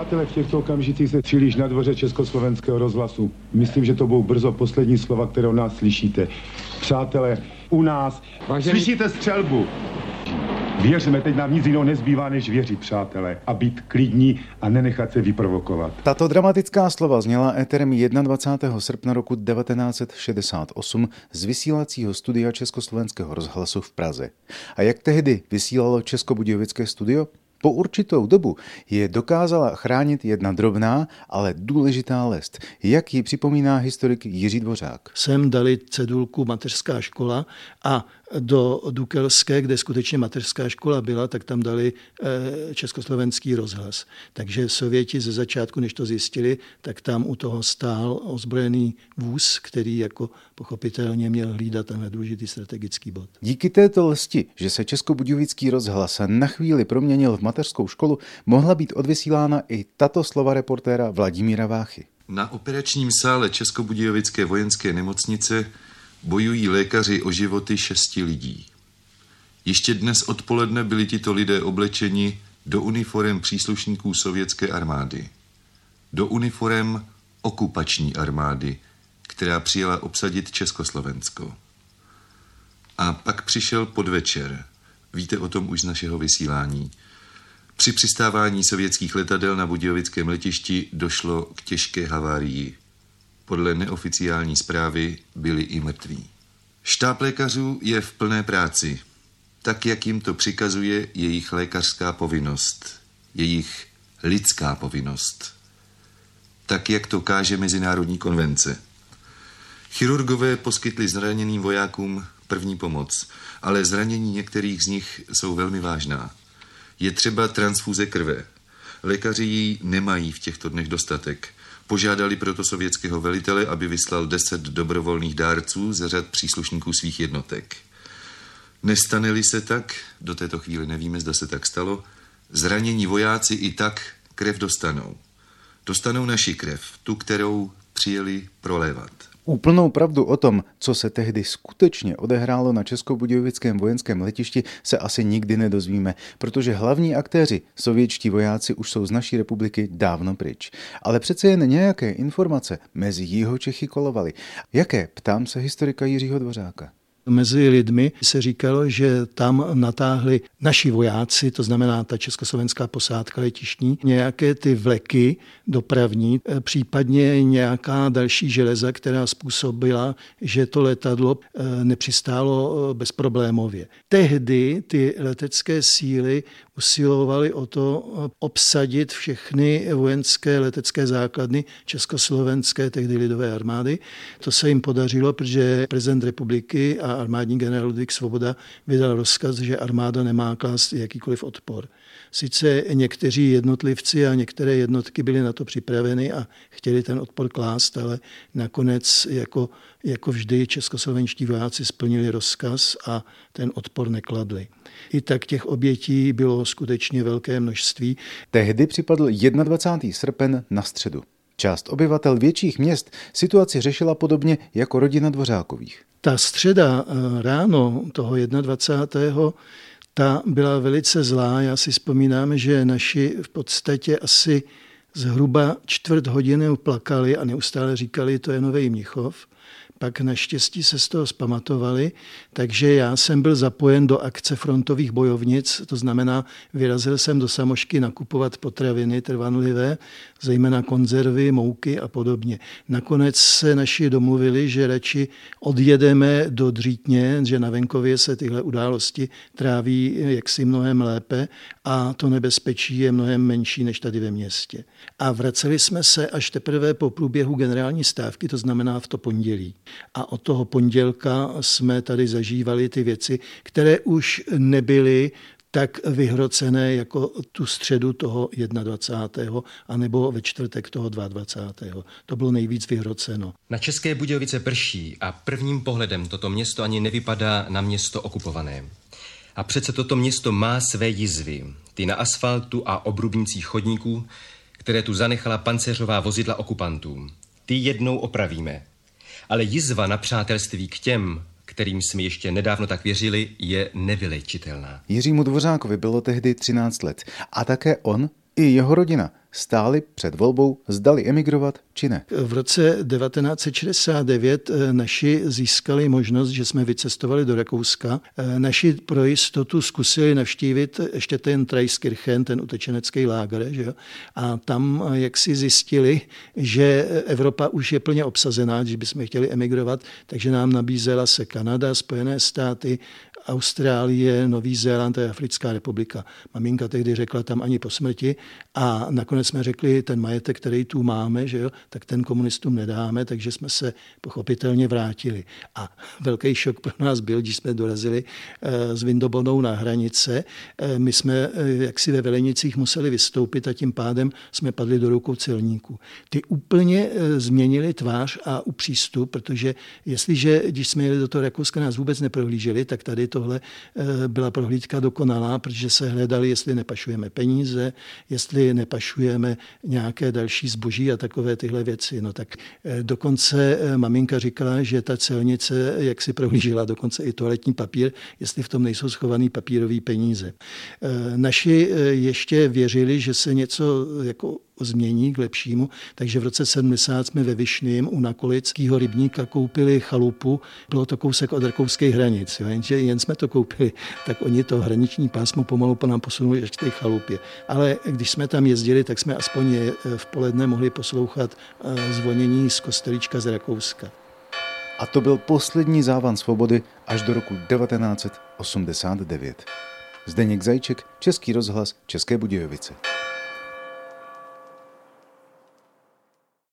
Přátelé, v těchto okamžicích se střílíš na dvoře Československého rozhlasu. Myslím, že to budou brzo poslední slova, které od nás slyšíte. Přátelé, u nás slyšíte střelbu. Věřme, teď nám nic jiného nezbývá, než věřit, přátelé, a být klidní a nenechat se vyprovokovat. Tato dramatická slova zněla éterem 21. srpna roku 1968 z vysílacího studia Československého rozhlasu v Praze. A jak tehdy vysílalo Českobudějovické studio? Po určitou dobu je dokázala chránit jedna drobná, ale důležitá lest, jak ji připomíná historik Jiří Dvořák. Sem dali cedulku mateřská škola a do Dukelské, kde skutečně mateřská škola byla, tak tam dali Československý rozhlas. Takže Sověti ze začátku, než to zjistili, tak tam u toho stál ozbrojený vůz, který jako pochopitelně měl hlídat tenhle důležitý strategický bod. Díky této lsti, že se Českobudějovický rozhlas na chvíli proměnil v mateřskou školu, mohla být odvysílána i tato slova reportéra Vladimíra Váchy. Na operačním sále Českobudějovické vojenské nemocnice bojují lékaři o životy 6 lidí. Ještě dnes odpoledne byli tito lidé oblečeni do uniforem příslušníků sovětské armády. Do uniforem okupační armády, která přijela obsadit Československo. A pak přišel podvečer. Víte o tom už z našeho vysílání. Při přistávání sovětských letadel na budějovickém letišti došlo k těžké havárii. Podle neoficiální zprávy byli i mrtví. Štáb lékařů je v plné práci, tak jak jim to přikazuje jejich lékařská povinnost, jejich lidská povinnost, tak jak to káže Mezinárodní konvence. Chirurgové poskytli zraněným vojákům první pomoc, ale zranění některých z nich jsou velmi vážná. Je třeba transfuze krve. Lékaři ji nemají v těchto dnech dostatek. Požádali proto sovětského velitele, aby vyslal 10 dobrovolných dárců ze řad příslušníků svých jednotek. Nestane-li se tak, do této chvíli nevíme, zda se tak stalo, zranění vojáci i tak krev dostanou. Dostanou naši krev, tu, kterou přijeli prolévat. Úplnou pravdu o tom, co se tehdy skutečně odehrálo na Českobudějovickém vojenském letišti, se asi nikdy nedozvíme, protože hlavní aktéři, sovětští vojáci, už jsou z naší republiky dávno pryč. Ale přece jen nějaké informace mezi Jihočechy kolovaly. Jaké? Ptám se historika Jiřího Dvořáka. Mezi lidmi se říkalo, že tam natáhli naši vojáci, to znamená ta československá posádka letištní, nějaké ty vleky dopravní, případně nějaká další železa, která způsobila, že to letadlo nepřistálo bezproblémově. Tehdy ty letecké síly usilovali o to obsadit všechny vojenské letecké základny československé, tehdy lidové armády. To se jim podařilo, protože prezident republiky a armádní generál Ludvík Svoboda vydal rozkaz, že armáda nemá klást jakýkoliv odpor. Sice někteří jednotlivci a některé jednotky byly na to připraveny a chtěli ten odpor klást, ale nakonec jako vždy českoslovenští vojáci splnili rozkaz a ten odpor nekladli. I tak těch obětí bylo skutečně velké množství. Tehdy připadl 21. srpen na středu. Část obyvatel větších měst situaci řešila podobně jako rodina Dvořákových. Ta středa ráno toho 21. ta byla velice zlá. Já si vzpomínám, že naši v podstatě asi zhruba 1/4 hodiny plakali a neustále říkali, to je Nový Mnichov. Pak naštěstí se z toho zpamatovali, takže já jsem byl zapojen do akce frontových bojovnic, to znamená, vyrazil jsem do Samošky nakupovat potraviny trvanlivé, zejména konzervy, mouky a podobně. Nakonec se naši domluvili, že radši odjedeme do Dřítně, že na venkově se tyhle události tráví jaksi mnohem lépe a to nebezpečí je mnohem menší než tady ve městě. A vraceli jsme se až teprve po průběhu generální stávky, to znamená v to pondělí. A od toho pondělka jsme tady zažívali ty věci, které už nebyly tak vyhrocené jako tu středu toho 21. anebo ve čtvrtek toho 22. To bylo nejvíc vyhroceno. Na České Budějovice prší a prvním pohledem toto město ani nevypadá na město okupované. A přece toto město má své jizvy, ty na asfaltu a obrubnících chodníků, které tu zanechala pancéřová vozidla okupantů. Ty jednou opravíme. Ale jizva na přátelství k těm, kterým jsme ještě nedávno tak věřili, je nevylečitelná. Jiřímu Dvořákovi bylo tehdy 13 let a také on i jeho rodina stáli před volbou, zdali emigrovat či ne. V roce 1969 naši získali možnost, že jsme vycestovali do Rakouska. Naši pro jistotu zkusili navštívit ještě ten Traiskirchen, ten utečenecký lágr, že jo? A tam jak si zjistili, že Evropa už je plně obsazená, když bychom chtěli emigrovat, takže nám nabízela se Kanada, Spojené státy, Austrálie, Nový Zéland a Africká republika. Maminka tehdy řekla tam ani po smrti a nakonec jsme řekli, ten majetek, který tu máme, že jo, tak ten komunistům nedáme, takže jsme se pochopitelně vrátili. A velký šok pro nás byl, když jsme dorazili s Vindobonou na hranice. My jsme jaksi ve Velenicích museli vystoupit a tím pádem jsme padli do rukou celníků. Ty úplně změnili tvář a přístup, protože jestliže, když jsme jeli do toho Rakouska, nás vůbec neprohlíželi, tak tady tohle byla prohlídka dokonalá, protože se hledali, jestli nepašujeme peníze, jestli nepašujeme nějaké další zboží a takové tyhle věci. No tak dokonce maminka říkala, že ta celnice jak si prohlížela dokonce i toaletní papír, jestli v tom nejsou schovaný papírový peníze. Naši ještě věřili, že se něco jako změní k lepšímu, takže v roce 70 jsme ve Vyšným u Nakolického rybníka koupili chalupu, bylo to kousek od rakouských hranic, jo, jenže jen jsme to koupili, tak oni to hraniční pásmo pomalu po nám posunuli až k té chalupě. Ale když jsme tam jezdili, tak jsme aspoň v poledne mohli poslouchat zvonění z kostelíčka z Rakouska. A to byl poslední závan svobody až do roku 1989. Zdeněk Zajíček, Český rozhlas, České Budějovice.